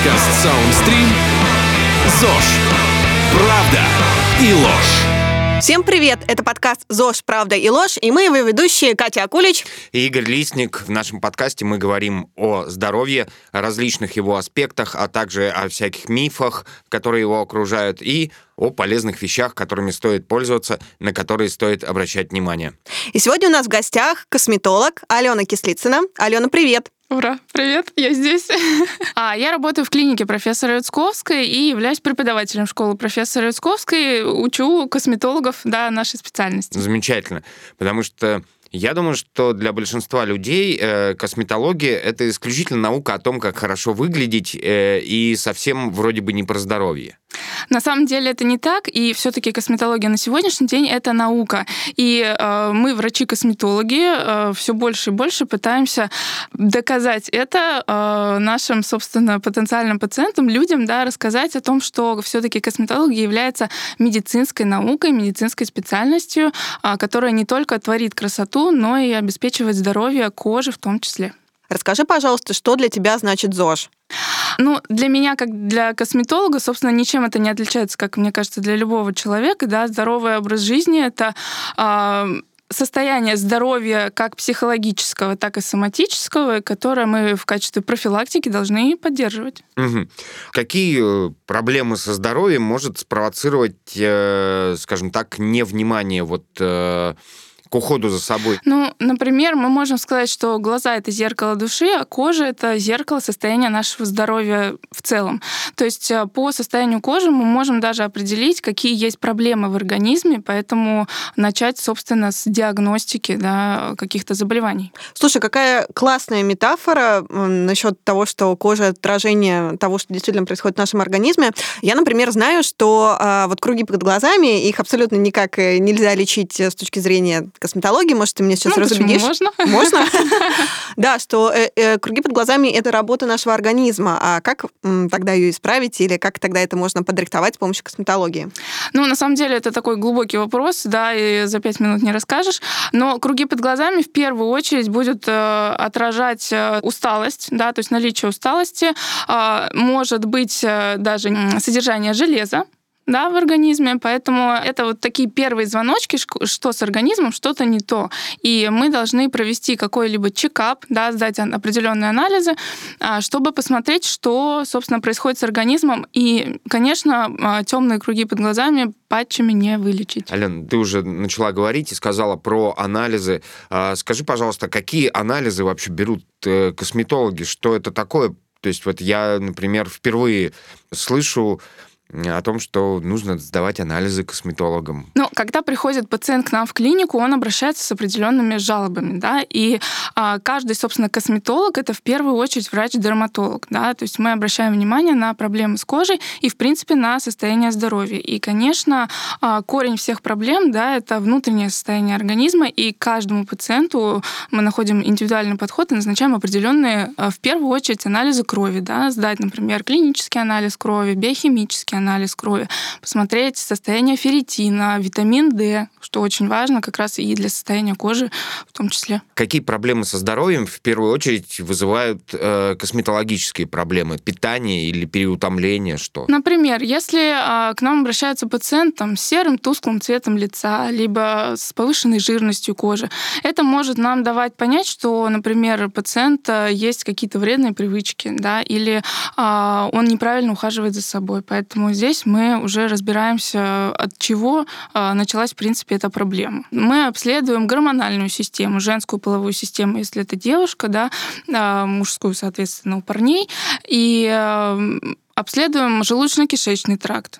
Подкаст Soundstream «ЗОЖ. Правда и ложь». Всем привет! Это подкаст «ЗОЖ. Правда и ложь», и мы его ведущие Катя Акулич и Игорь Лисник. В нашем подкасте мы говорим о здоровье, о различных его аспектах, а также о всяких мифах, которые его окружают, и о полезных вещах, которыми стоит пользоваться, на которые стоит обращать внимание. И сегодня у нас в гостях косметолог Алена Кислицына. Алена, привет! Ура, привет, я здесь. Я работаю в клинике профессора Юцковской и являюсь преподавателем школы профессора Юцковской, учу косметологов, нашей специальности. Замечательно, потому что я думаю, что для большинства людей косметология — это исключительно наука о том, как хорошо выглядеть, и совсем вроде бы не про здоровье. На самом деле это не так, и все-таки косметология на сегодняшний день — это наука. И мы, врачи-косметологи, все больше и больше пытаемся доказать это нашим, собственно, потенциальным пациентам, людям, рассказать о том, что все-таки косметология является медицинской наукой, медицинской специальностью, которая не только творит красоту, но и обеспечивает здоровье кожи в том числе. Расскажи, пожалуйста, что для тебя значит ЗОЖ? Для меня, как для косметолога, собственно, ничем это не отличается, как мне кажется, для любого человека. Здоровый образ жизни — это состояние здоровья как психологического, так и соматического, которое мы в качестве профилактики должны поддерживать. Угу. Какие проблемы со здоровьем может спровоцировать, скажем так, невнимание к уходу за собой? Например, мы можем сказать, что глаза — это зеркало души, а кожа — это зеркало состояния нашего здоровья в целом. То есть по состоянию кожи мы можем даже определить, какие есть проблемы в организме, поэтому начать, собственно, с диагностики каких-то заболеваний. Слушай, какая классная метафора насчет того, что кожа — отражение того, что действительно происходит в нашем организме. Я, например, знаю, что круги под глазами, их абсолютно никак нельзя лечить с точки зрения косметологии, может, ты меня сейчас разубедишь? Можно. Можно? Да, что круги под глазами — это работа нашего организма. А как тогда ее исправить, или как тогда это можно подрихтовать с помощью косметологии? На самом деле, это такой глубокий вопрос, и за 5 минут не расскажешь. Но круги под глазами в первую очередь будут отражать усталость, то есть наличие усталости, может быть даже содержание железа, в организме, поэтому это такие первые звоночки, что с организмом что-то не то. И мы должны провести какой-либо чекап, сдать определенные анализы, чтобы посмотреть, что, собственно, происходит с организмом. И, конечно, темные круги под глазами патчами не вылечить. Алена, ты уже начала говорить и сказала про анализы. Скажи, пожалуйста, какие анализы вообще берут косметологи? Что это такое? То есть я, например, впервые слышу о том, что нужно сдавать анализы косметологам. Когда приходит пациент к нам в клинику, он обращается с определенными жалобами, и каждый, собственно, косметолог — это в первую очередь врач-дерматолог, то есть мы обращаем внимание на проблемы с кожей и, в принципе, на состояние здоровья. И, конечно, корень всех проблем, это внутреннее состояние организма, и каждому пациенту мы находим индивидуальный подход и назначаем определенные, в первую очередь, анализы крови, сдать, например, клинический анализ крови, биохимический анализ крови, посмотреть состояние ферритина, витамин D, что очень важно как раз и для состояния кожи в том числе. Какие проблемы со здоровьем в первую очередь вызывают косметологические проблемы? Питание или переутомление? Что? Например, если к нам обращается пациент с серым, тусклым цветом лица, либо с повышенной жирностью кожи, это может нам давать понять, что, например, у пациента есть какие-то вредные привычки, или он неправильно ухаживает за собой. Поэтому здесь мы уже разбираемся, от чего началась, в принципе, эта проблема. Мы обследуем гормональную систему, женскую половую систему, если это девушка, мужскую, соответственно, у парней, и обследуем желудочно-кишечный тракт,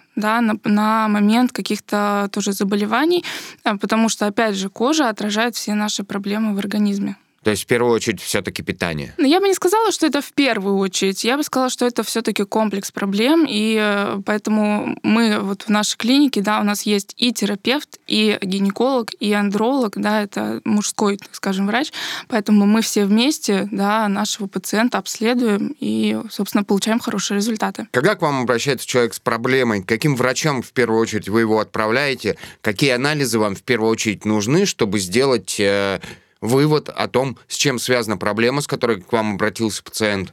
на момент каких-то тоже заболеваний, потому что, опять же, кожа отражает все наши проблемы в организме. То есть в первую очередь все-таки питание? Я бы не сказала, что это в первую очередь. Я бы сказала, что это все-таки комплекс проблем, и поэтому мы в нашей клинике, у нас есть и терапевт, и гинеколог, и андролог, это мужской, так скажем, врач, поэтому мы все вместе, нашего пациента обследуем и, собственно, получаем хорошие результаты. Когда к вам обращается человек с проблемой, к каким врачам в первую очередь вы его отправляете? Какие анализы вам в первую очередь нужны, чтобы сделать вывод о том, с чем связана проблема, с которой к вам обратился пациент?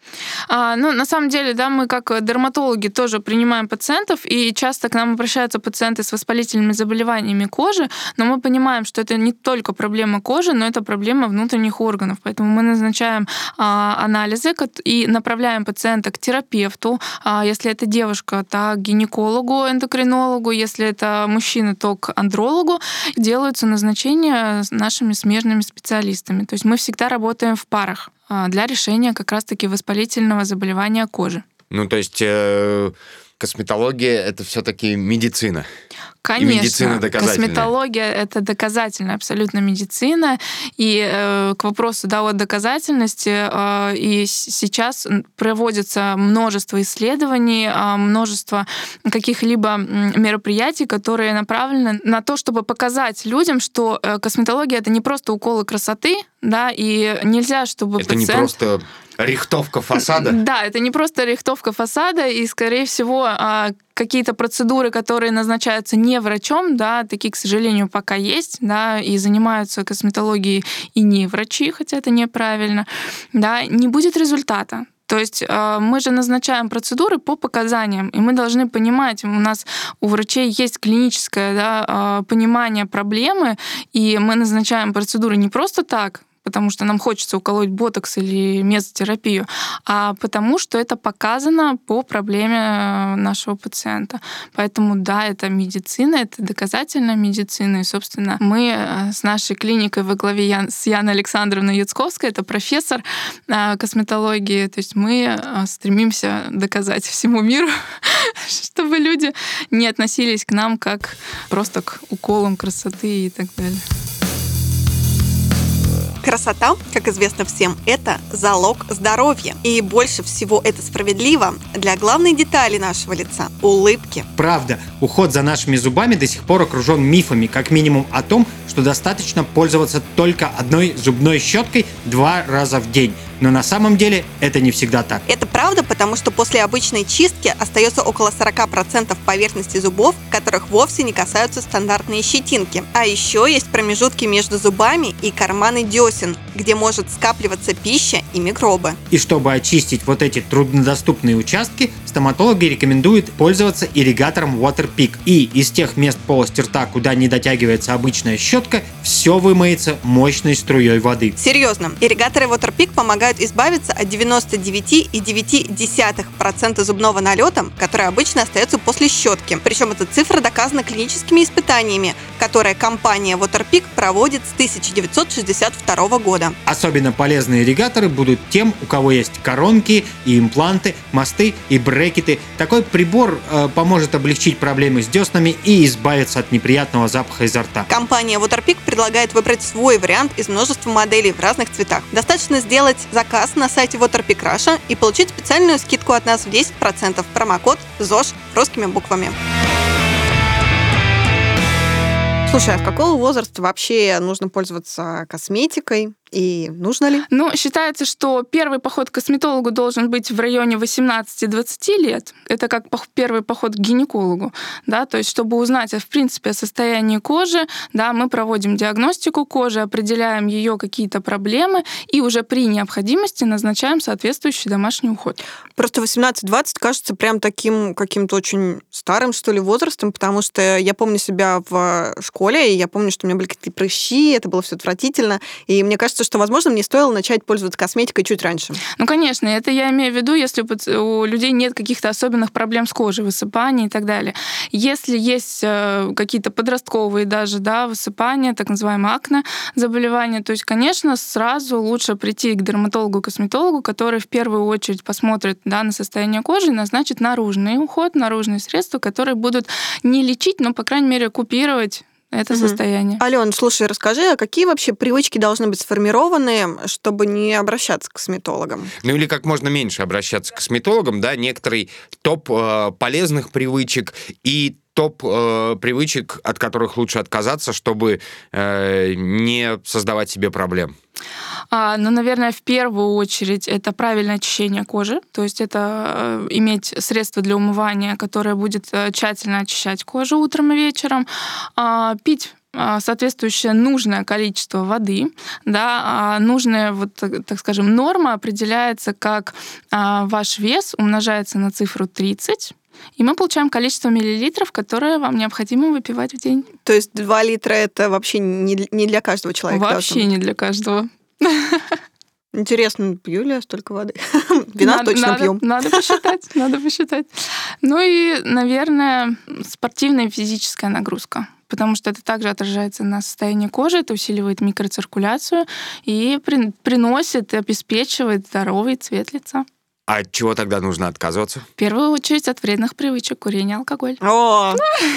На самом деле, да, мы как дерматологи тоже принимаем пациентов, и часто к нам обращаются пациенты с воспалительными заболеваниями кожи, но мы понимаем, что это не только проблема кожи, но это проблема внутренних органов. Поэтому мы назначаем анализы и направляем пациента к терапевту. Если это девушка, то к гинекологу, эндокринологу. Если это мужчина, то к андрологу. Делаются назначения с нашими смежными специалистами. То есть мы всегда работаем в парах для решения как раз-таки воспалительного заболевания кожи. То есть косметология — это все-таки медицина. Конечно. И медицина доказательная. Косметология — это доказательная абсолютно медицина. И к вопросу о доказательности, и сейчас проводится множество исследований, множество каких-либо мероприятий, которые направлены на то, чтобы показать людям, что косметология — это не просто уколы красоты, да, и нельзя, чтобы это не просто рихтовка фасада? Да, это не просто рихтовка фасада, и, скорее всего, какие-то процедуры, которые назначаются не врачом, да, такие, к сожалению, пока есть, да, и занимаются косметологией и не врачи, хотя это неправильно, да, не будет результата. То есть мы же назначаем процедуры по показаниям, и мы должны понимать, у врачей есть клиническое понимание проблемы, и мы назначаем процедуры не просто так, потому что нам хочется уколоть ботокс или мезотерапию, а потому что это показано по проблеме нашего пациента. Поэтому да, это медицина, это доказательная медицина. И, собственно, мы с нашей клиникой во главе с Яной Александровной Яцковской, это профессор косметологии, то есть мы стремимся доказать всему миру, чтобы люди не относились к нам как просто к уколам красоты и так далее. Красота, как известно всем, это залог здоровья. И больше всего это справедливо для главной детали нашего лица – улыбки. Правда, уход за нашими зубами до сих пор окружен мифами, как минимум о том, что достаточно пользоваться только одной зубной щеткой 2 раза в день. Но на самом деле это не всегда так. Это правда, потому что после обычной чистки остается около 40% поверхности зубов, которых вовсе не касаются стандартные щетинки. А еще есть промежутки между зубами и карманы десен, где может скапливаться пища и микробы. И чтобы очистить вот эти труднодоступные участки, стоматологи рекомендуют пользоваться ирригатором Waterpik. И из тех мест полости рта, куда не дотягивается обычная щетка, все вымоется мощной струей воды. Серьезно, ирригаторы Waterpik помогают избавиться от 99,9% зубного налета, который обычно остается после щетки. Причем эта цифра доказана клиническими испытаниями, которые компания Waterpik проводит с 1962 года. Особенно полезные ирригаторы будут тем, у кого есть коронки и импланты, мосты и брекеты. Такой прибор поможет облегчить проблемы с деснами и избавиться от неприятного запаха изо рта. Компания Waterpik предлагает выбрать свой вариант из множества моделей в разных цветах. Достаточно сделать заказ на сайте Waterpik Russia и получить специальную скидку от нас в 10%. Промокод ЗОЖ русскими буквами. Слушай, а с какого возраста вообще нужно пользоваться косметикой? И нужно ли? Считается, что первый поход к косметологу должен быть в районе 18-20 лет. Это как первый поход к гинекологу. Да? То есть, чтобы узнать, в принципе, о состоянии кожи, да, мы проводим диагностику кожи, определяем ее какие-то проблемы и уже при необходимости назначаем соответствующий домашний уход. Просто 18-20 кажется прям таким каким-то очень старым, что ли, возрастом, потому что я помню себя в школе, и я помню, что у меня были какие-то прыщи, это было все отвратительно, и мне кажется, что, возможно, мне стоило начать пользоваться косметикой чуть раньше. Конечно, это я имею в виду, если у людей нет каких-то особенных проблем с кожей, высыпаний и так далее. Если есть какие-то подростковые даже, да, высыпания, так называемые акне заболевания, то есть, конечно, сразу лучше прийти к дерматологу-косметологу, который в первую очередь посмотрит, да, на состояние кожи и назначит наружный уход, наружные средства, которые будут не лечить, но, по крайней мере, купировать это состояние. Алён, слушай, расскажи, а какие вообще привычки должны быть сформированы, чтобы не обращаться к косметологам? Или как можно меньше обращаться к косметологам, да, некоторый топ полезных привычек и топ привычек, от которых лучше отказаться, чтобы не создавать себе проблем. Наверное, в первую очередь это правильное очищение кожи, то есть это иметь средство для умывания, которое будет тщательно очищать кожу утром и вечером, пить соответствующее нужное количество воды, да, нужная, вот, так скажем, норма определяется как ваш вес умножается на цифру 30, и мы получаем количество миллилитров, которое вам необходимо выпивать в день. То есть 2 литра это вообще не для каждого человека? Вообще не для каждого. Интересно, пью ли я столько воды? Вина точно пью. Надо посчитать. Ну и, наверное, спортивная и физическая нагрузка, потому что это также отражается на состоянии кожи, это усиливает микроциркуляцию и приносит, обеспечивает здоровый цвет лица. А от чего тогда нужно отказываться? В первую очередь от вредных привычек, курения, алкоголь. О!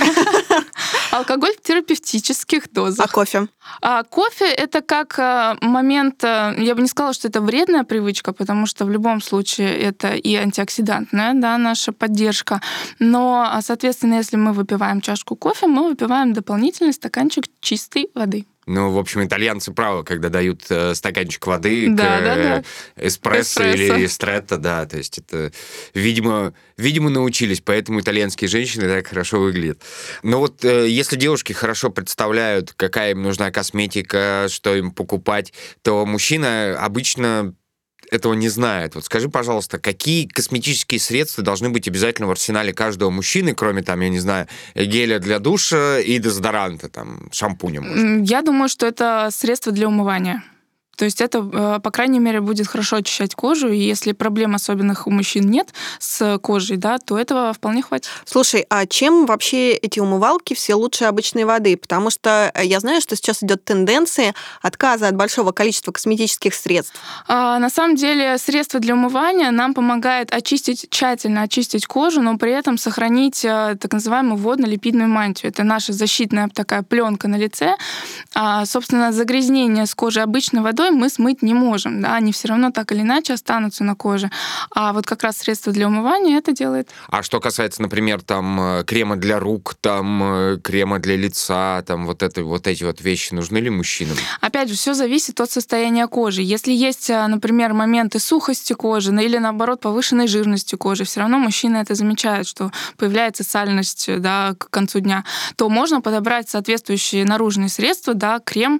Алкоголь в терапевтических дозах. А кофе? Кофе — это как момент, я бы не сказала, что это вредная привычка, потому что в любом случае это и антиоксидантная, да, наша поддержка. Но, соответственно, если мы выпиваем чашку кофе, мы выпиваем дополнительный стаканчик чистой воды. Ну, в общем, итальянцы правы, когда дают стаканчик воды к эспрессо или эстретто, да, то есть это, видимо, научились, поэтому итальянские женщины так хорошо выглядят. Но вот если девушки хорошо представляют, какая им нужна косметика, что им покупать, то мужчина обычно этого не знает. Вот скажи, пожалуйста, какие косметические средства должны быть обязательно в арсенале каждого мужчины, кроме, там, я не знаю, геля для душа и дезодоранта, там, шампуня, может? Я думаю, что это средство для умывания. То есть это, по крайней мере, будет хорошо очищать кожу, и если проблем особенных у мужчин нет с кожей, да, то этого вполне хватит. Слушай, а чем вообще эти умывалки все лучше обычной воды? Потому что я знаю, что сейчас идет тенденция отказа от большого количества косметических средств. На самом деле средство для умывания нам помогает тщательно очистить кожу, но при этом сохранить так называемую водно-липидную мантию. Это наша защитная такая пленка на лице. Собственно, загрязнение с кожи обычной водой мы смыть не можем, да, они все равно так или иначе останутся на коже. А вот как раз средство для умывания это делает. А что касается, например, там крема для рук, там крема для лица, там вот эти вот вещи нужны ли мужчинам? Опять же, все зависит от состояния кожи. Если есть, например, моменты сухости кожи или наоборот повышенной жирности кожи, все равно мужчина это замечает, что появляется сальность, да, к концу дня, то можно подобрать соответствующие наружные средства, да, крем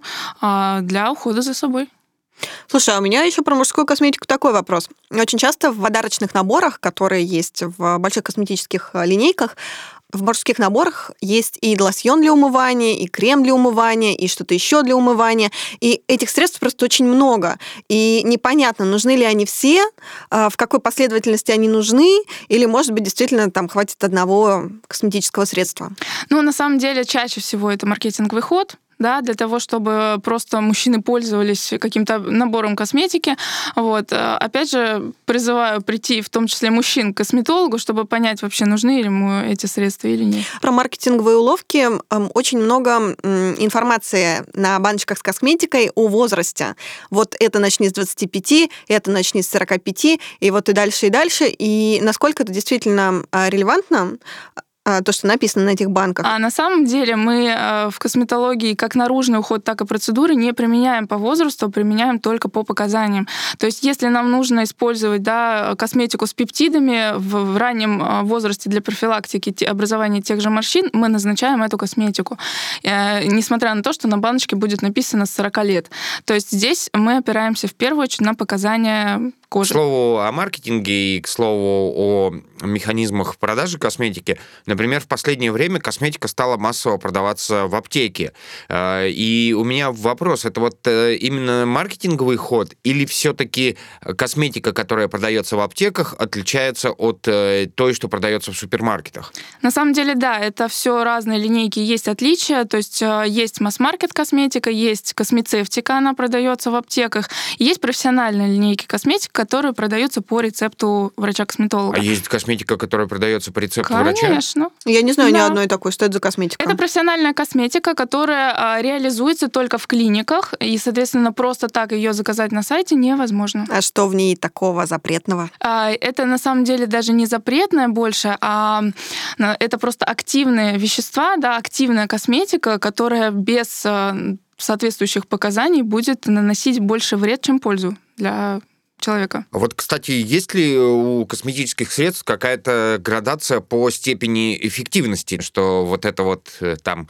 для ухода за собой. Слушай, а у меня еще про мужскую косметику такой вопрос. Очень часто в подарочных наборах, которые есть в больших косметических линейках, в мужских наборах есть и лосьон для умывания, и крем для умывания, и что-то еще для умывания. И этих средств просто очень много. И непонятно, нужны ли они все, в какой последовательности они нужны, или, может быть, действительно там хватит одного косметического средства. Ну, на самом деле, чаще всего это маркетинговый ход, да, для того, чтобы просто мужчины пользовались каким-то набором косметики. Вот. Опять же, призываю прийти, в том числе мужчин, к косметологу, чтобы понять, вообще нужны ли ему эти средства или нет. Про маркетинговые уловки очень много информации на баночках с косметикой о возрасте. Вот это начни с 25, это начни с 45, и вот и дальше, и дальше. И насколько это действительно релевантно, то, что написано на этих банках? А на самом деле мы в косметологии как наружный уход, так и процедуры не применяем по возрасту, применяем только по показаниям. То есть если нам нужно использовать, да, косметику с пептидами в раннем возрасте для профилактики образования тех же морщин, мы назначаем эту косметику, несмотря на то, что на баночке будет написано с 40 лет. То есть здесь мы опираемся в первую очередь на показания кожи. К слову о маркетинге и к слову о механизмах продажи косметики, например, в последнее время косметика стала массово продаваться в аптеке. И у меня вопрос, это вот именно маркетинговый ход или все-таки косметика, которая продается в аптеках, отличается от той, что продается в супермаркетах? На самом деле, да, это все разные линейки, есть отличия, то есть есть масс-маркет косметика, есть космецевтика, она продается в аптеках, есть профессиональные линейки косметики, которые продаются по рецепту врача-косметолога. А есть косметика, которая продается по рецепту врача? Конечно. Я не знаю ни одной такой. Что это за косметика? Это профессиональная косметика, которая реализуется только в клиниках, и, соответственно, просто так ее заказать на сайте невозможно. А что в ней такого запретного? Это на самом деле даже не запретное больше, а это просто активные вещества, да, активная косметика, которая без соответствующих показаний будет наносить больше вред, чем пользу для человека. Вот, кстати, есть ли у косметических средств какая-то градация по степени эффективности, что вот это вот там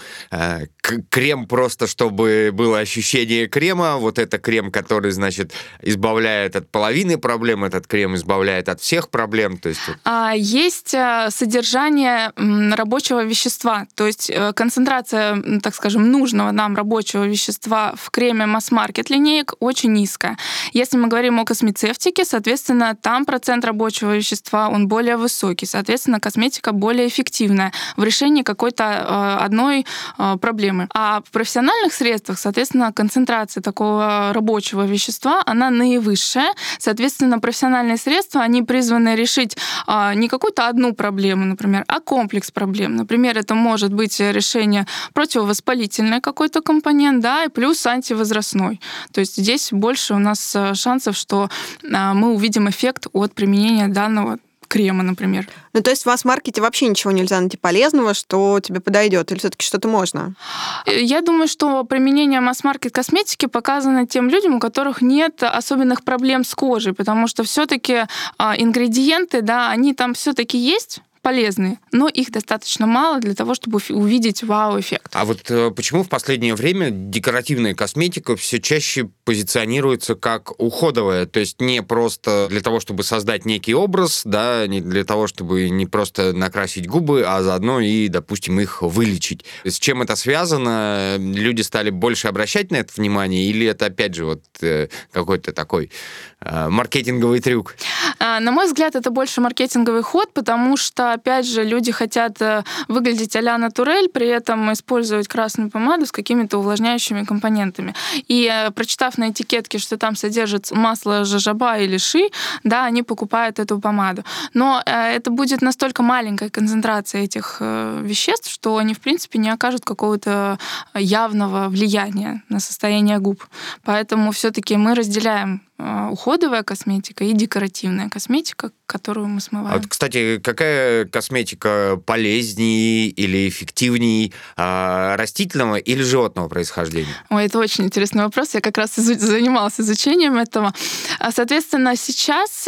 крем просто, чтобы было ощущение крема, вот это крем, который, значит, избавляет от половины проблем, этот крем избавляет от всех проблем, то есть... Есть содержание рабочего вещества, то есть концентрация, так скажем, нужного нам рабочего вещества в креме масс-маркет линеек очень низкая. Если мы говорим о космецевтике, соответственно, там процент рабочего вещества, он более высокий, соответственно, косметика более эффективная в решении какой-то одной проблемы. А в профессиональных средствах, соответственно, концентрация такого рабочего вещества, она наивысшая. Соответственно, профессиональные средства, они призваны решить не какую-то одну проблему, например, а комплекс проблем. Например, это может быть решение противовоспалительный какой-то компонент, да, и плюс антивозрастной. То есть здесь больше у нас шансов, что мы увидим эффект от применения данного крема, например. Ну, то есть в масс-маркете вообще ничего нельзя найти полезного, что тебе подойдет, или все-таки что-то можно? Я думаю, что применение масс-маркет косметики показано тем людям, у которых нет особенных проблем с кожей, потому что все-таки ингредиенты, да, они там все-таки есть, полезные, но их достаточно мало для того, чтобы увидеть вау-эффект. А вот почему в последнее время декоративная косметика все чаще позиционируется как уходовая, то есть не просто для того, чтобы создать некий образ, да, не для того, чтобы не просто накрасить губы, а заодно и, допустим, их вылечить. С чем это связано? Люди стали больше обращать на это внимание, или это, опять же, вот какой-то такой маркетинговый трюк? На мой взгляд, это больше маркетинговый ход, потому что, опять же, люди хотят выглядеть а-ля натурель, при этом использовать красную помаду с какими-то увлажняющими компонентами. И прочитав на этикетке, что там содержится масло жожоба или ши, да, они покупают эту помаду. Но это будет настолько маленькая концентрация этих веществ, что они, в принципе, не окажут какого-то явного влияния на состояние губ. Поэтому все-таки мы разделяем уходовая косметика и декоративная косметика, которую мы смываем. А вот, кстати, какая косметика полезнее или эффективнее, растительного или животного происхождения? Ой, это очень интересный вопрос. Я как раз занималась изучением этого. Соответственно, сейчас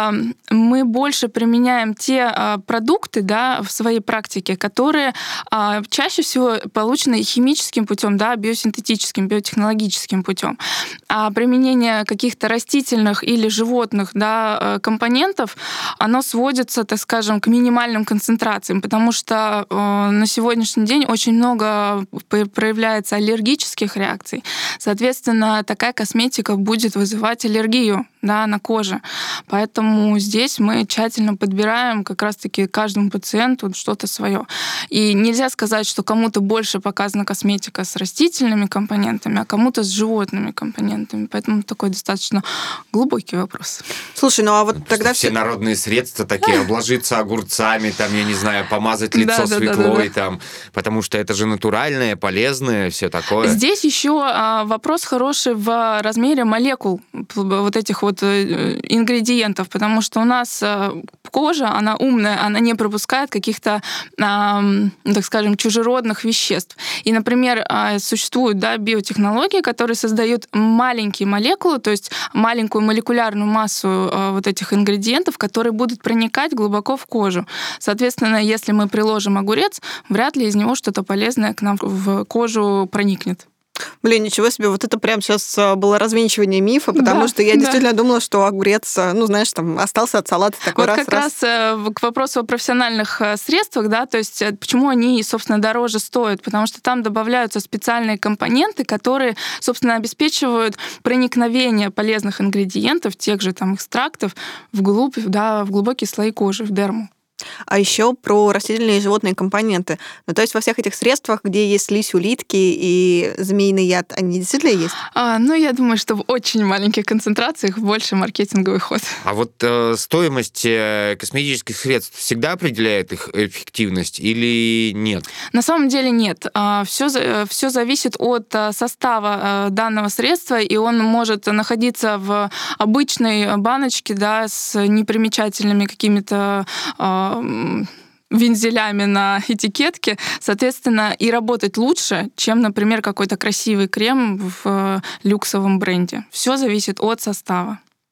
мы больше применяем те продукты, да, в своей практике, которые чаще всего получены химическим путем, да, биосинтетическим, биотехнологическим путем. А применение каких-то растительных или животных, да, компонентов, оно сводится, так скажем, к минимальным концентрациям, потому что на сегодняшний день очень много проявляется аллергических реакций. Соответственно, такая косметика будет вызывать аллергию, да, на коже. Поэтому здесь мы тщательно подбираем как раз-таки каждому пациенту что-то свое. И нельзя сказать, что кому-то больше показана косметика с растительными компонентами, а кому-то с животными компонентами. Поэтому такой достаточно глубокий вопрос. Слушай, ну а вот тогда все народные средства такие, обложиться огурцами, там, я не знаю, помазать лицо свеклой, там, потому что это же натуральное, полезное, все такое. Здесь еще вопрос хороший в размере молекул вот этих вот ингредиентов, потому что у нас кожа, она умная, она не пропускает каких-то, так скажем, чужеродных веществ. И, например, существуют, да, биотехнологии, которые создают маленькие молекулы, то есть маленькую молекулярную массу вот этих ингредиентов, которые будут проникать глубоко в кожу. Соответственно, если мы приложим огурец, вряд ли из него что-то полезное к нам в кожу проникнет. Блин, ничего себе, вот это прям сейчас было развенчивание мифа, потому что я действительно думала, что огурец, ну, знаешь, там, остался от салата такой вот раз. К вопросу о профессиональных средствах, да, то есть почему они, собственно, дороже стоят, потому что там добавляются специальные компоненты, которые, собственно, обеспечивают проникновение полезных ингредиентов, тех же там экстрактов, вглубь, да, в глубокие слои кожи, в дерму. А еще про растительные и животные компоненты. Ну, то есть во всех этих средствах, где есть слизь улитки и змеиный яд, они действительно есть? Ну, я думаю, что в очень маленьких концентрациях больше маркетинговый ход. А вот стоимость косметических средств всегда определяет их эффективность или нет? На самом деле нет. Все зависит от состава данного средства, и он может находиться в обычной баночке, да, с непримечательными какими-то вензелями на этикетке, соответственно, и работать лучше, чем, например, какой-то красивый крем в люксовом бренде. Все зависит от состава.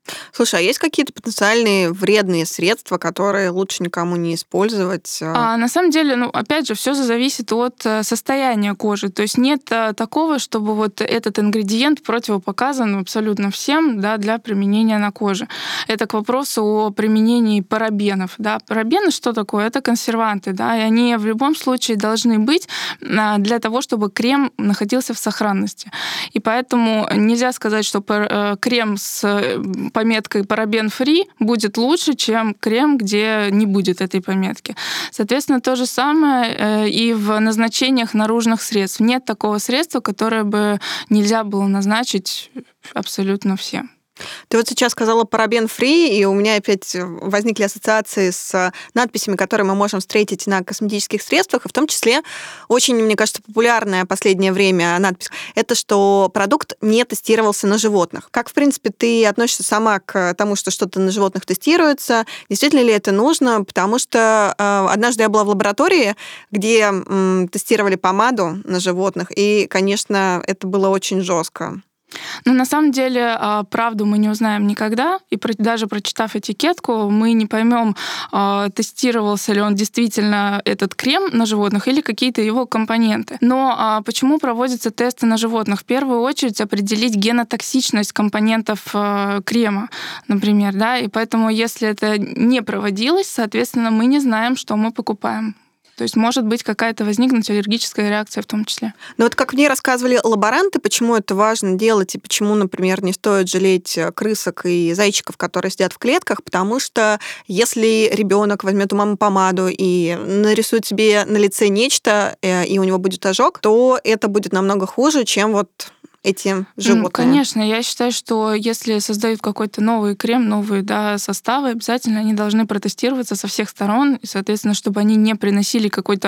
Слушай, а есть какие-то потенциальные вредные средства, которые лучше никому не использовать? На самом деле, опять же, все зависит от состояния кожи. То есть нет такого, чтобы вот этот ингредиент противопоказан абсолютно всем, да, для применения на коже. Это к вопросу о применении парабенов. Да. Парабены что такое? Это консерванты, да, и они в любом случае должны быть для того, чтобы крем находился в сохранности. И поэтому нельзя сказать, что крем с пометкой «парабен-фри» будет лучше, чем крем, где не будет этой пометки. Соответственно, то же самое и в назначениях наружных средств. Нет такого средства, которое бы нельзя было назначить абсолютно всем. Ты вот сейчас сказала парабен-фри, и у меня опять возникли ассоциации с надписями, которые мы можем встретить на косметических средствах, и в том числе очень, мне кажется, популярная в последнее время надпись – это что продукт не тестировался на животных. Как, в принципе, ты относишься сама к тому, что что-то на животных тестируется? Действительно ли это нужно? Потому что однажды я была в лаборатории, где тестировали помаду на животных, и, конечно, это было очень жестко. Но на самом деле правду мы не узнаем никогда, и даже прочитав этикетку, мы не поймем, тестировался ли он действительно этот крем на животных или какие-то его компоненты. Но почему проводятся тесты на животных? В первую очередь определить генотоксичность компонентов крема, например, да, и поэтому если это не проводилось, соответственно, мы не знаем, что мы покупаем. То есть может быть какая-то возникнуть аллергическая реакция в том числе. Но вот как мне рассказывали лаборанты, почему это важно делать и почему, например, не стоит жалеть крысок и зайчиков, которые сидят в клетках, потому что если ребенок возьмет у мамы помаду и нарисует себе на лице нечто, и у него будет ожог, то это будет намного хуже, чем вот эти животные. Конечно, я считаю, что если создают какой-то новый крем, новые составы, обязательно они должны протестироваться со всех сторон, и, соответственно, чтобы они не приносили какой-то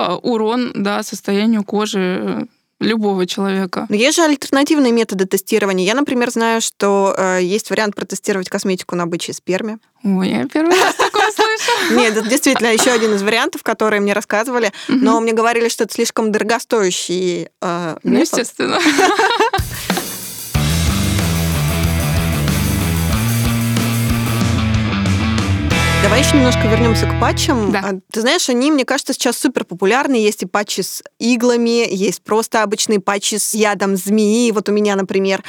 урон состоянию кожи любого человека. Но есть же альтернативные методы тестирования. Я, например, знаю, что есть вариант протестировать косметику на бычьей сперме. Ой, я первый раз такое слышу. Нет, это действительно еще один из вариантов, которые мне рассказывали, но мне говорили, что это слишком дорогостоящий метод. Естественно. Давай еще немножко вернемся к патчам. Да. Ты знаешь, они, мне кажется, сейчас супер популярны. Есть и патчи с иглами, есть просто обычные патчи с ядом змеи, вот у меня, например.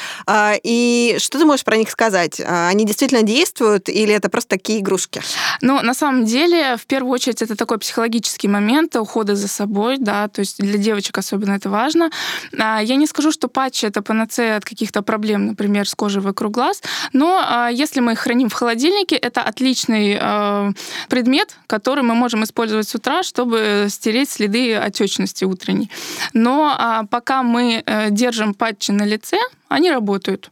И что ты можешь про них сказать? Они действительно действуют или это просто такие игрушки? На самом деле, в первую очередь, это такой психологический момент ухода за собой, то есть для девочек особенно это важно. Я не скажу, что патчи — это панацея от каких-то проблем, например, с кожей вокруг глаз, но если мы их храним в холодильнике, это отличный предмет, который мы можем использовать с утра, чтобы стереть следы отечности утренней. Но пока мы держим патчи на лице, они работают,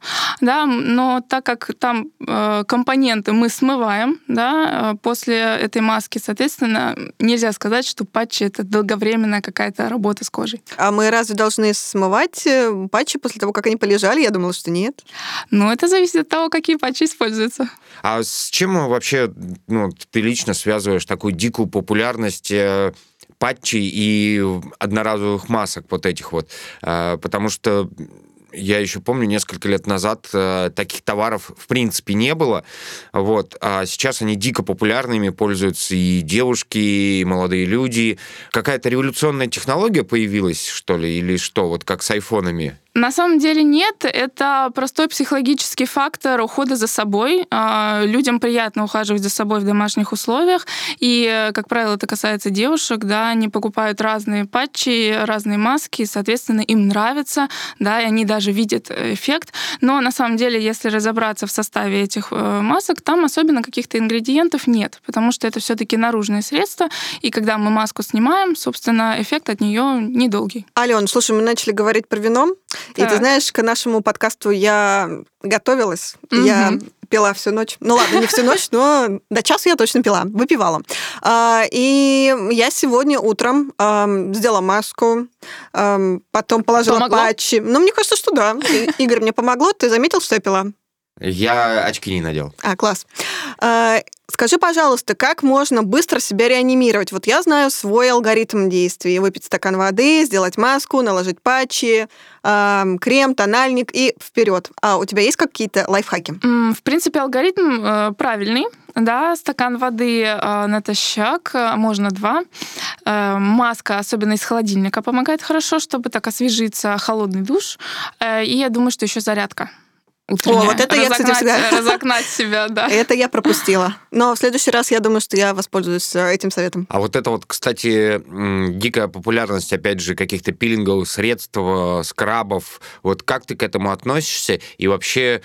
но так как там компоненты мы смываем, после этой маски, соответственно, нельзя сказать, что патчи — это долговременная какая-то работа с кожей. А мы разве должны смывать патчи после того, как они полежали? Я думала, что нет. Это зависит от того, какие патчи используются. А с чем вообще ты лично связываешь такую дикую популярность патчей и одноразовых масок вот этих вот? Потому что я еще помню, несколько лет назад таких товаров в принципе не было. А сейчас они дико популярными пользуются и девушки, и молодые люди. Какая-то революционная технология появилась, что ли, или что? Вот как с айфонами? На самом деле нет, это простой психологический фактор ухода за собой. Людям приятно ухаживать за собой в домашних условиях, и, как правило, это касается девушек, они покупают разные патчи, разные маски, и, соответственно, им нравится, и они даже видят эффект. Но на самом деле, если разобраться в составе этих масок, там особенно каких-то ингредиентов нет, потому что это все-таки наружные средства, и когда мы маску снимаем, собственно, эффект от нее недолгий. Алён, слушай, мы начали говорить про вино. И ты знаешь, к нашему подкасту я готовилась, я пила всю ночь. Ладно, не всю ночь, но до часу я точно пила, выпивала. И я сегодня утром сделала маску, потом положила патчи. Мне кажется, что да. Игорь, мне помогло. Ты заметил, что я пила? Я очки не надел. Класс. Скажи, пожалуйста, как можно быстро себя реанимировать? Вот я знаю свой алгоритм действий. Выпить стакан воды, сделать маску, наложить патчи, крем, тональник и вперед. А у тебя есть какие-то лайфхаки? В принципе, алгоритм правильный. Да, стакан воды натощак, можно 2. Маска, особенно из холодильника, помогает хорошо, чтобы так освежиться, холодный душ. И я думаю, что еще зарядка. Утренняя. Вот это я, кстати, всегда... Разогнать себя, да. Это я пропустила. Но в следующий раз я думаю, что я воспользуюсь этим советом. А вот это вот, кстати, дикая популярность, опять же, каких-то пилинговых средств, скрабов. Вот как ты к этому относишься? И вообще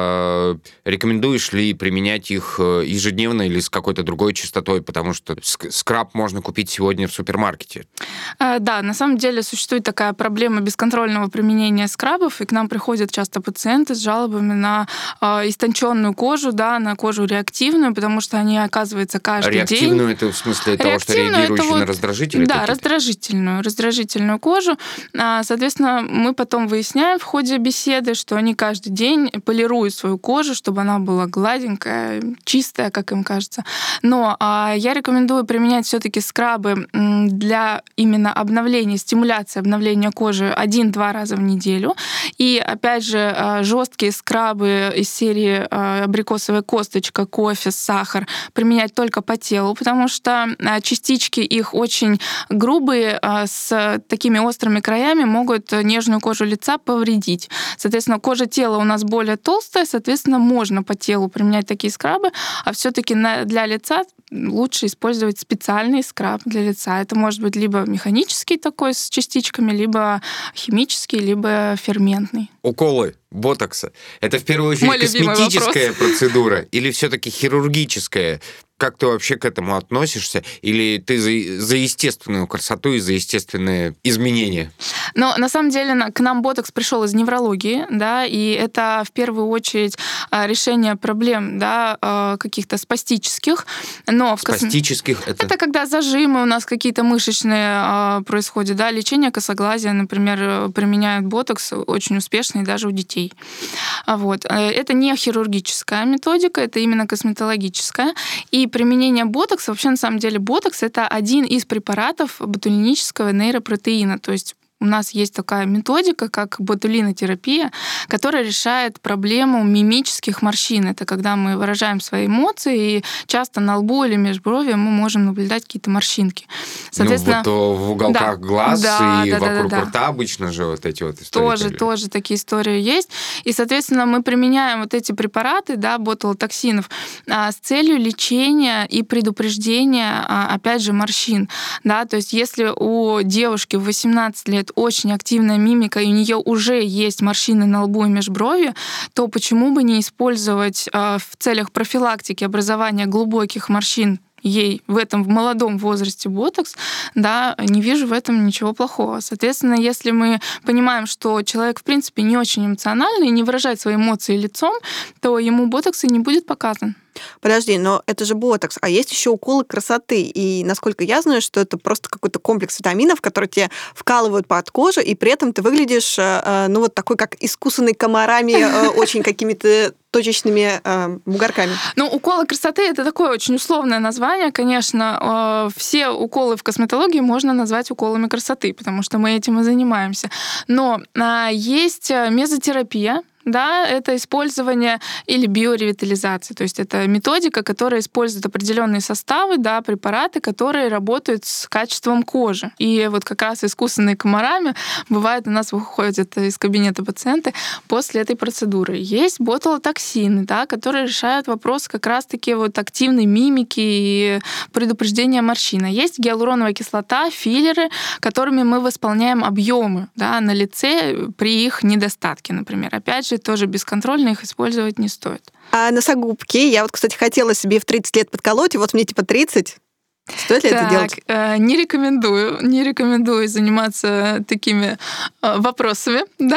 рекомендуешь ли применять их ежедневно или с какой-то другой частотой? Потому что скраб можно купить сегодня в супермаркете. Да, на самом деле существует такая проблема бесконтрольного применения скрабов, и к нам приходят часто пациенты с жалобами на истонченную кожу, да, на кожу реактивную, потому что они, оказывается, каждый день... Реактивную это в смысле того, что реагирующую на раздражители? Да, раздражительную кожу. Соответственно, мы потом выясняем в ходе беседы, что они каждый день полируют свою кожу, чтобы она была гладенькая, чистая, как им кажется. Но я рекомендую применять все-таки скрабы для именно обновления, стимуляции обновления кожи 1-2 раза в неделю. И, опять же, жесткие скрабы из серии абрикосовая косточка, кофе, сахар применять только по телу, потому что частички их очень грубые, с такими острыми краями могут нежную кожу лица повредить. Соответственно, кожа тела у нас более толстая, соответственно, можно по телу применять такие скрабы, а все-таки для лица лучше использовать специальный скраб для лица. Это может быть либо механический такой с частичками, либо химический, либо ферментный. Уколы ботокса — это в первую очередь косметическая процедура или все-таки хирургическая? Как ты вообще к этому относишься? Или ты за естественную красоту и за естественные изменения? Но на самом деле к нам ботокс пришел из неврологии, да, и это в первую очередь решение проблем, да, каких-то спастических. Но спастических это когда зажимы у нас какие-то мышечные происходят, да, лечение косоглазия, например, применяют ботокс очень успешно и даже у детей. Вот. Это не хирургическая методика, это именно косметологическая. И применение ботокса, вообще на самом деле ботокс — это один из препаратов ботулинического нейропротеина, то есть у нас есть такая методика, как ботулинотерапия, которая решает проблему мимических морщин. Это когда мы выражаем свои эмоции, и часто на лбу или межброви мы можем наблюдать какие-то морщинки. Соответственно, вот в уголках глаз и вокруг рта обычно же вот эти вот истории. Тоже такие истории есть. И, соответственно, мы применяем вот эти препараты, да, ботулотоксинов, с целью лечения и предупреждения, опять же, морщин. Да? То есть если у девушки в 18 лет очень активная мимика, и у нее уже есть морщины на лбу и межброви, то почему бы не использовать в целях профилактики образования глубоких морщин ей в молодом возрасте ботокс, да, не вижу в этом ничего плохого. Соответственно, если мы понимаем, что человек, в принципе, не очень эмоциональный и не выражает свои эмоции лицом, то ему ботокс и не будет показан. Подожди, но это же ботокс, а есть еще уколы красоты. И, насколько я знаю, что это просто какой-то комплекс витаминов, которые тебе вкалывают под кожу, и при этом ты выглядишь, ну, вот такой, как искусанный комарами, очень какими-то точечными бугорками. Ну, уколы красоты — это такое очень условное название, конечно. Все уколы в косметологии можно назвать уколами красоты, потому что мы этим и занимаемся. Но есть мезотерапия, да, это использование или биоревитализация, то есть это методика, которая использует определенные составы, да, препараты, которые работают с качеством кожи. И вот как раз искусанные комарами, бывает, у нас выходят из кабинета пациенты после этой процедуры. Есть ботулотоксины, да, которые решают вопрос как раз-таки вот активной мимики и предупреждения морщин. Есть гиалуроновая кислота, филлеры, которыми мы восполняем объемы, да, на лице при их недостатке, например. Опять же, тоже бесконтрольно их использовать не стоит. А носогубки? Я вот, кстати, хотела себе в 30 лет подколоть, и вот мне типа 30. Стоит ли это делать? Не рекомендую заниматься такими вопросами, да.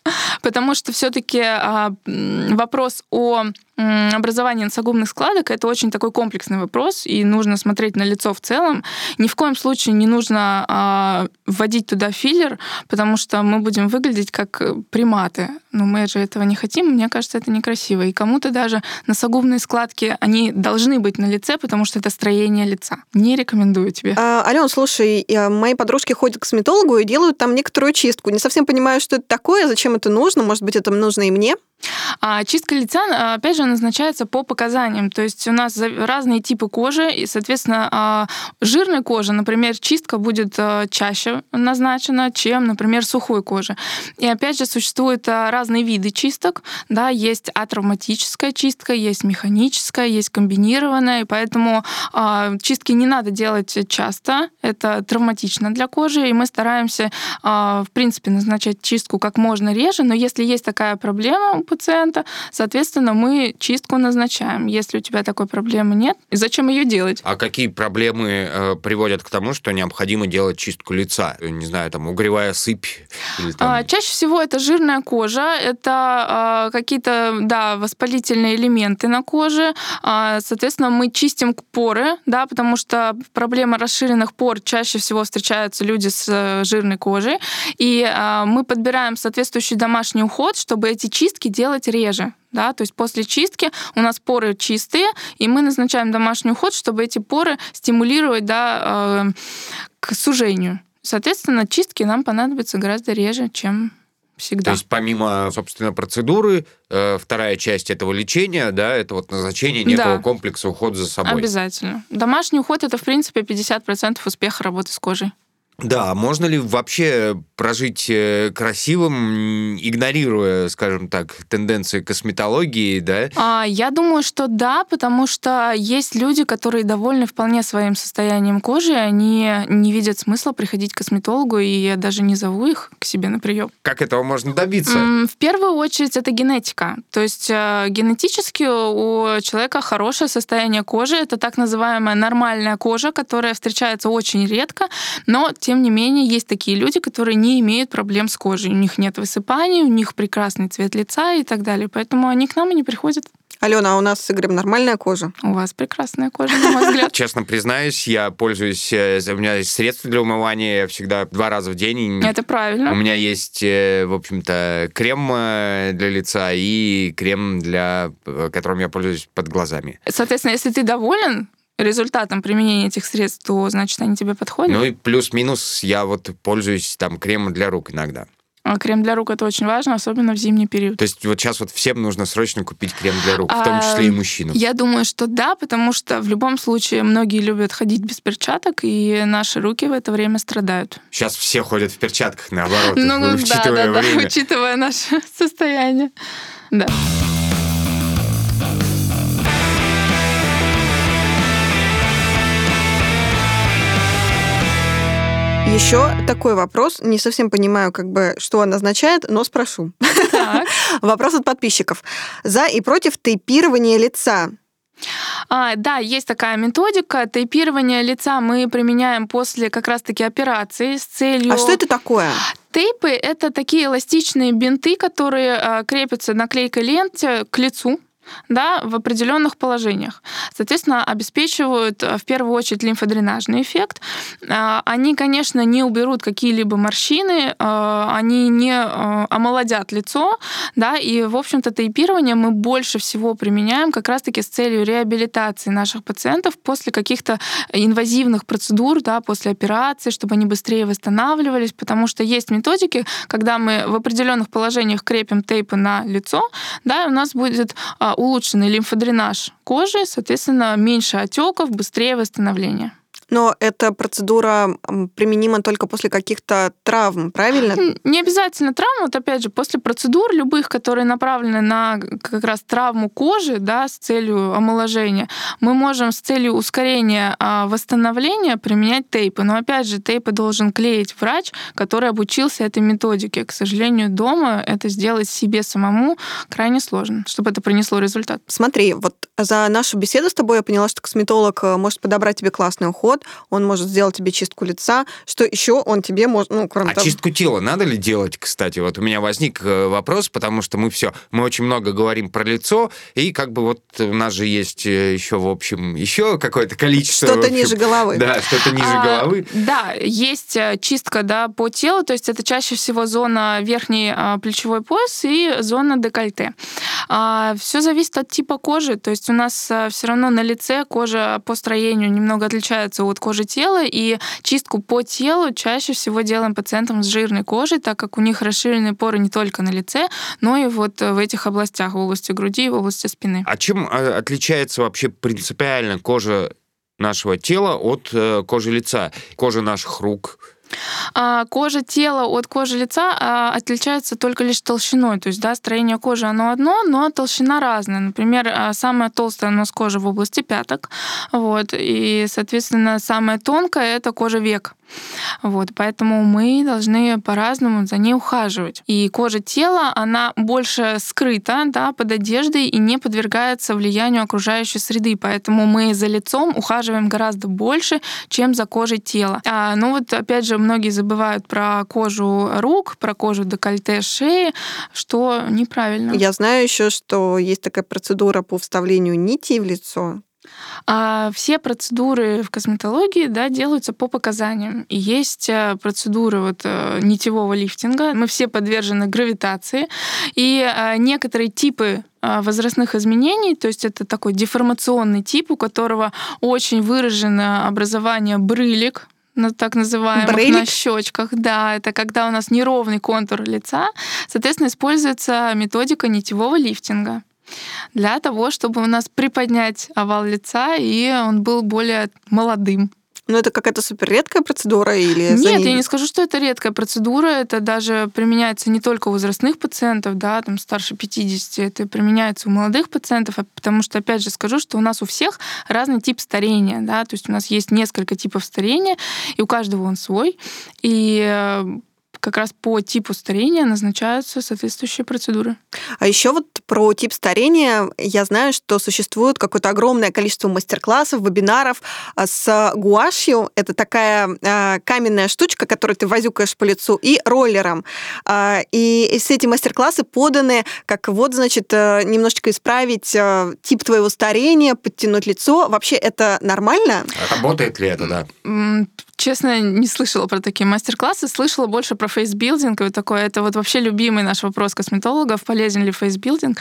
Потому что все-таки вопрос о образовании носогубных складок — это очень такой комплексный вопрос, и нужно смотреть на лицо в целом. Ни в коем случае не нужно вводить туда филлер, потому что мы будем выглядеть как приматы. Но мы же этого не хотим, мне кажется, это некрасиво. И кому-то даже носогубные складки, они должны быть на лице, потому что это строение лица. Не рекомендую тебе. Алён, слушай, мои подружки ходят к косметологу и делают там некоторую чистку. Не совсем понимаю, что это такое, зачем это нужно. Может быть, это нужно и мне? Чистка лица, опять же, назначается по показаниям. То есть у нас разные типы кожи, и, соответственно, жирной кожи, например, чистка будет чаще назначена, чем, например, сухой кожи. И опять же, существуют разные виды чисток. Да, есть атравматическая чистка, есть механическая, есть комбинированная, и поэтому чистки не надо делать часто. Это травматично для кожи, и мы стараемся, в принципе, назначать чистку как можно реже, но если есть такая проблема у пациента, соответственно, мы чистку назначаем. Если у тебя такой проблемы нет, и зачем ее делать? А какие проблемы приводят к тому, что необходимо делать чистку лица? Не знаю, там, угревая сыпь? Или, там... Чаще всего это жирная кожа, это какие-то, воспалительные элементы на коже. Соответственно, мы чистим поры, да, потому что проблема расширенных пор чаще всего встречаются люди с жирной кожей. И мы подбираем соответствующий домашний уход, чтобы эти чистки делать реже. Да, то есть после чистки у нас поры чистые, и мы назначаем домашний уход, чтобы эти поры стимулировать к сужению. Соответственно, чистки нам понадобятся гораздо реже, чем всегда. То есть помимо, собственно, процедуры, вторая часть этого лечения, да, это вот назначение некого комплекса ухода за собой. Обязательно. Домашний уход — это, в принципе, 50% успеха работы с кожей. Да, можно ли вообще прожить красивым, игнорируя, скажем так, тенденции косметологии, да? Я думаю, что да, потому что есть люди, которые довольны вполне своим состоянием кожи, они не видят смысла приходить к косметологу, и я даже не зову их к себе на прием. Как этого можно добиться? В первую очередь это генетика. То есть генетически у человека хорошее состояние кожи, это так называемая нормальная кожа, которая встречается очень редко, но тем не менее, есть такие люди, которые не имеют проблем с кожей. У них нет высыпаний, у них прекрасный цвет лица и так далее. Поэтому они к нам и не приходят. Алена, а у нас с Игорем нормальная кожа? У вас прекрасная кожа, на мой взгляд. Честно признаюсь, я пользуюсь... У меня есть средства для умывания, я всегда 2 раза в день. Это правильно. У меня есть, в общем-то, крем для лица и крем, которым я пользуюсь под глазами. Соответственно, если ты доволен результатом применения этих средств, то, значит, они тебе подходят. Ну и плюс-минус я вот пользуюсь там кремом для рук иногда. Крем для рук — это очень важно, особенно в зимний период. То есть вот сейчас вот всем нужно срочно купить крем для рук, в том числе и мужчинам? Я думаю, что да, потому что в любом случае многие любят ходить без перчаток, и наши руки в это время страдают. Сейчас все ходят в перчатках, наоборот, учитывая время. Учитывая наше состояние. Да. Еще такой вопрос. Не совсем понимаю, что он означает, но спрошу. Вопрос от подписчиков. За и против тейпирования лица. Да, есть такая методика. Тейпирование лица мы применяем после как раз-таки операции с целью... А что это такое? Тейпы — это такие эластичные бинты, которые крепятся на клейкой ленте к лицу, да, в определенных положениях. Соответственно, обеспечивают в первую очередь лимфодренажный эффект. Они, конечно, не уберут какие-либо морщины, они не омолодят лицо, да, и, в общем-то, тейпирование мы больше всего применяем как раз-таки с целью реабилитации наших пациентов после каких-то инвазивных процедур, да, после операции, чтобы они быстрее восстанавливались, потому что есть методики, когда мы в определенных положениях крепим тейпы на лицо, да, и у нас будет улучшенный лимфодренаж кожи, соответственно, меньше отеков, быстрее восстановление. Но эта процедура применима только после каких-то травм, правильно? Не обязательно травм. Вот опять же, после процедур любых, которые направлены на как раз травму кожи, да, с целью омоложения, мы можем с целью ускорения восстановления применять тейпы. Но опять же, тейпы должен клеить врач, который обучился этой методике. К сожалению, дома это сделать себе самому крайне сложно, чтобы это принесло результат. Смотри, вот за нашу беседу с тобой я поняла, что косметолог может подобрать тебе классный уход, рот, он может сделать тебе чистку лица. Что еще он тебе может... кроме того... чистку тела надо ли делать, кстати? Вот у меня возник вопрос, потому что мы очень много говорим про лицо, и как бы вот у нас же есть еще, в общем, еще какое-то количество... Что-то ниже головы. Да, что-то ниже головы. Да, есть чистка, да, по телу, то есть это чаще всего зона верхний плечевой пояс и зона декольте. Все зависит от типа кожи, то есть у нас все равно на лице кожа по строению немного отличается от кожи тела, и чистку по телу чаще всего делаем пациентам с жирной кожей, так как у них расширенные поры не только на лице, но и вот в этих областях, в области груди и в области спины. А чем отличается вообще принципиально кожа нашего тела от кожи лица, кожи наших рук? Кожа тела от кожи лица отличается только лишь толщиной. То есть, да, строение кожи оно одно, но толщина разная. Например, самая толстая у нас кожа в области пяток, вот, и, соответственно, самая тонкая — это кожа век. Вот, поэтому мы должны по-разному за ней ухаживать. И кожа тела, она больше скрыта, да, под одеждой и не подвергается влиянию окружающей среды. Поэтому мы за лицом ухаживаем гораздо больше, чем за кожей тела. Вот опять же, многие забывают про кожу рук, про кожу декольте шеи, что неправильно. Я знаю еще, что есть такая процедура по вставлению нитей в лицо. Все процедуры в косметологии, да, делаются по показаниям. И есть процедуры нитевого лифтинга. Мы все подвержены гравитации. И некоторые типы возрастных изменений, то есть это такой деформационный тип, у которого очень выражено образование брылек, так называемых, на щечках. Да, это когда у нас неровный контур лица. Соответственно, используется методика нитевого лифтинга для того, чтобы у нас приподнять овал лица, и он был более молодым. Но это какая-то суперредкая процедура или... Нет, я не скажу, что это редкая процедура. Это даже применяется не только у возрастных пациентов, да, там старше 50, это применяется у молодых пациентов, потому что, опять же, скажу, что у нас у всех разный тип старения, да, то есть у нас есть несколько типов старения, и у каждого он свой. И как раз по типу старения назначаются соответствующие процедуры. А еще про тип старения я знаю, что существует какое-то огромное количество мастер-классов, вебинаров с гуашью. Это такая каменная штучка, которую ты возюкаешь по лицу, и роллером. И все эти мастер-классы поданы как немножечко исправить тип твоего старения, подтянуть лицо. Вообще это нормально? Работает ли это, да? Честно, не слышала про такие мастер-классы, слышала больше про фейсбилдинг и такое. Это вообще любимый наш вопрос косметологов, полезен ли фейсбилдинг.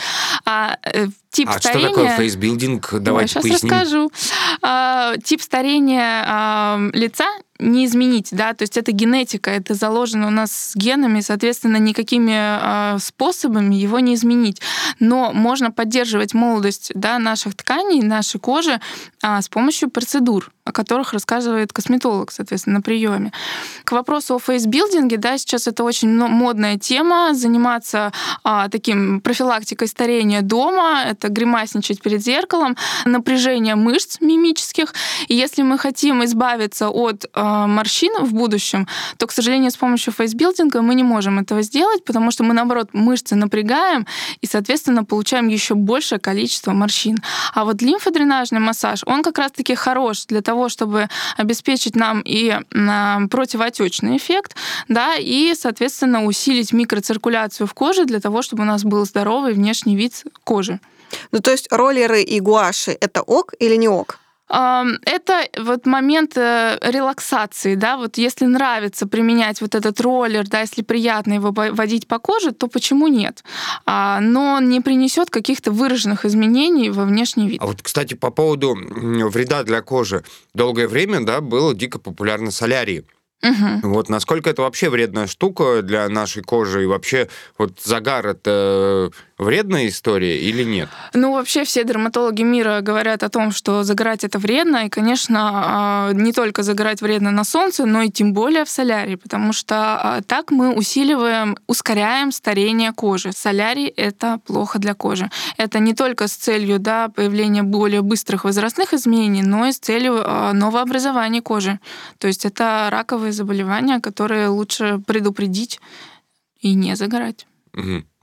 Тип старения... Что такое фейсбилдинг? Давайте поясним. Сейчас расскажу. Тип старения лица не изменить, да, то есть это генетика, это заложено у нас с генами, соответственно, никакими способами его не изменить. Но можно поддерживать молодость, да, наших тканей, нашей кожи с помощью процедур, о которых рассказывает косметолог, соответственно, на приеме. К вопросу о фейсбилдинге, да, сейчас это очень модная тема, заниматься таким профилактикой старения дома, это гримасничать перед зеркалом, напряжение мышц мимических. И если мы хотим избавиться от морщин в будущем, то, к сожалению, с помощью фейсбилдинга мы не можем этого сделать, потому что мы, наоборот, мышцы напрягаем и, соответственно, получаем еще большее количество морщин. А вот лимфодренажный массаж, он как раз-таки хорош для того, чтобы обеспечить нам и противоотечный эффект, да, и, соответственно, усилить микроциркуляцию в коже для того, чтобы у нас был здоровый внешний вид кожи. То есть роллеры и гуаши — это ок или не ок? Это момент релаксации, да, если нравится применять этот роллер, да, если приятно его водить по коже, то почему нет? Но он не принесет каких-то выраженных изменений во внешний вид. Кстати, по поводу вреда для кожи. Долгое время, да, было дико популярно солярий. Угу. Насколько это вообще вредная штука для нашей кожи? И вообще загар — это вредная история или нет? Вообще все дерматологи мира говорят о том, что загорать это вредно. И, конечно, не только загорать вредно на солнце, но и тем более в солярии, потому что так мы ускоряем старение кожи. Солярий — это плохо для кожи. Это не только с целью, да, появления более быстрых возрастных изменений, но и с целью новообразования кожи. То есть это раковые заболевания, которые лучше предупредить и не загорать. Угу.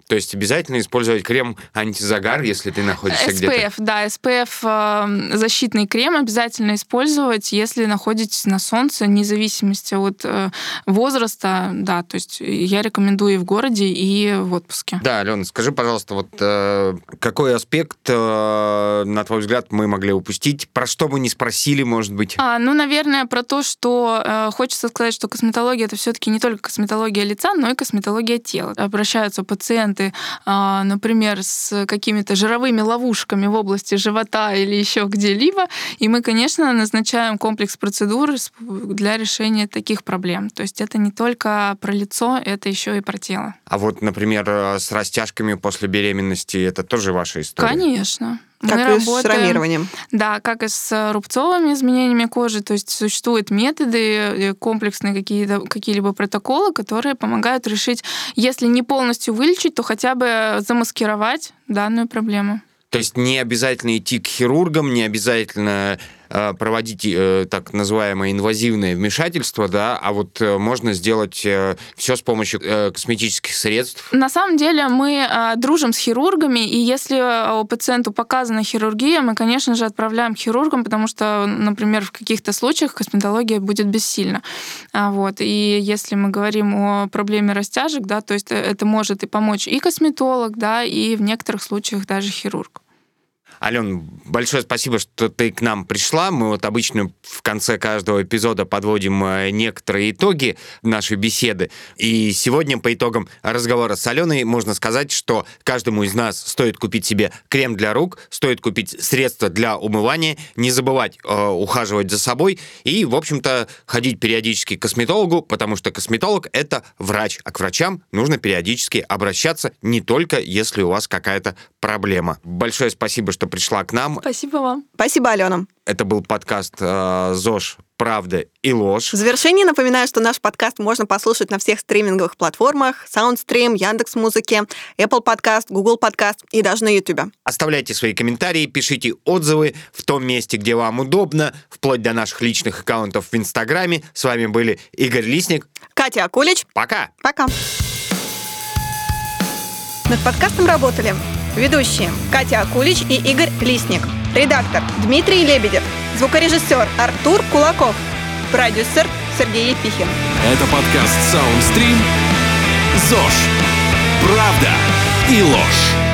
То есть обязательно использовать крем антизагар, если ты находишься где-то? SPF, да, SPF защитный крем обязательно использовать, если находитесь на солнце, вне зависимости от возраста, да, то есть я рекомендую и в городе, и в отпуске. Да, Алена, скажи, пожалуйста, вот какой аспект, на твой взгляд, мы могли упустить? Про что мы не спросили, может быть? Наверное, про то, что хочется сказать, что косметология — это все-таки не только косметология лица, но и косметология тела. Обращаются пациенты, например, с какими-то жировыми ловушками в области живота или еще где-либо, и мы, конечно, назначаем комплекс процедур для решения таких проблем. То есть это не только про лицо, это еще и про тело. А вот, например, с растяжками после беременности, это тоже ваша история? Конечно. Как и с шрамированием. Да, как и с рубцовыми изменениями кожи. То есть существуют методы, комплексные какие-либо протоколы, которые помогают решить, если не полностью вылечить, то хотя бы замаскировать данную проблему. То есть не обязательно идти к хирургам, не обязательно проводить так называемое инвазивное вмешательство, да, а вот можно сделать все с помощью косметических средств. На самом деле мы дружим с хирургами, и если пациенту показана хирургия, мы, конечно же, отправляем к хирургам, потому что, например, в каких-то случаях косметология будет бессильна. Вот. И если мы говорим о проблеме растяжек, да, то есть это может и помочь и косметолог, да, и в некоторых случаях даже хирург. Ален, большое спасибо, что ты к нам пришла. Мы вот обычно в конце каждого эпизода подводим некоторые итоги нашей беседы. И сегодня по итогам разговора с Аленой можно сказать, что каждому из нас стоит купить себе крем для рук, стоит купить средства для умывания, не забывать ухаживать за собой и, в общем-то, ходить периодически к косметологу, потому что косметолог — это врач, а к врачам нужно периодически обращаться, не только если у вас какая-то проблема. Большое спасибо, что пришла к нам. Спасибо вам. Спасибо, Алена. Это был подкаст «ЗОЖ. Правда и ложь». В завершении напоминаю, что наш подкаст можно послушать на всех стриминговых платформах: SoundStream, Яндекс.Музыке, Apple Podcast, Google Podcast и даже на YouTube. Оставляйте свои комментарии, пишите отзывы в том месте, где вам удобно, вплоть до наших личных аккаунтов в Инстаграме. С вами были Игорь Лисник. Катя Акулич. Пока! Пока. Над подкастом работали ведущие Катя Акулич и Игорь Лисник, редактор Дмитрий Лебедев, звукорежиссер Артур Кулаков, продюсер Сергей Епихин. Это подкаст Soundstream. ЗОЖ. Правда и ложь.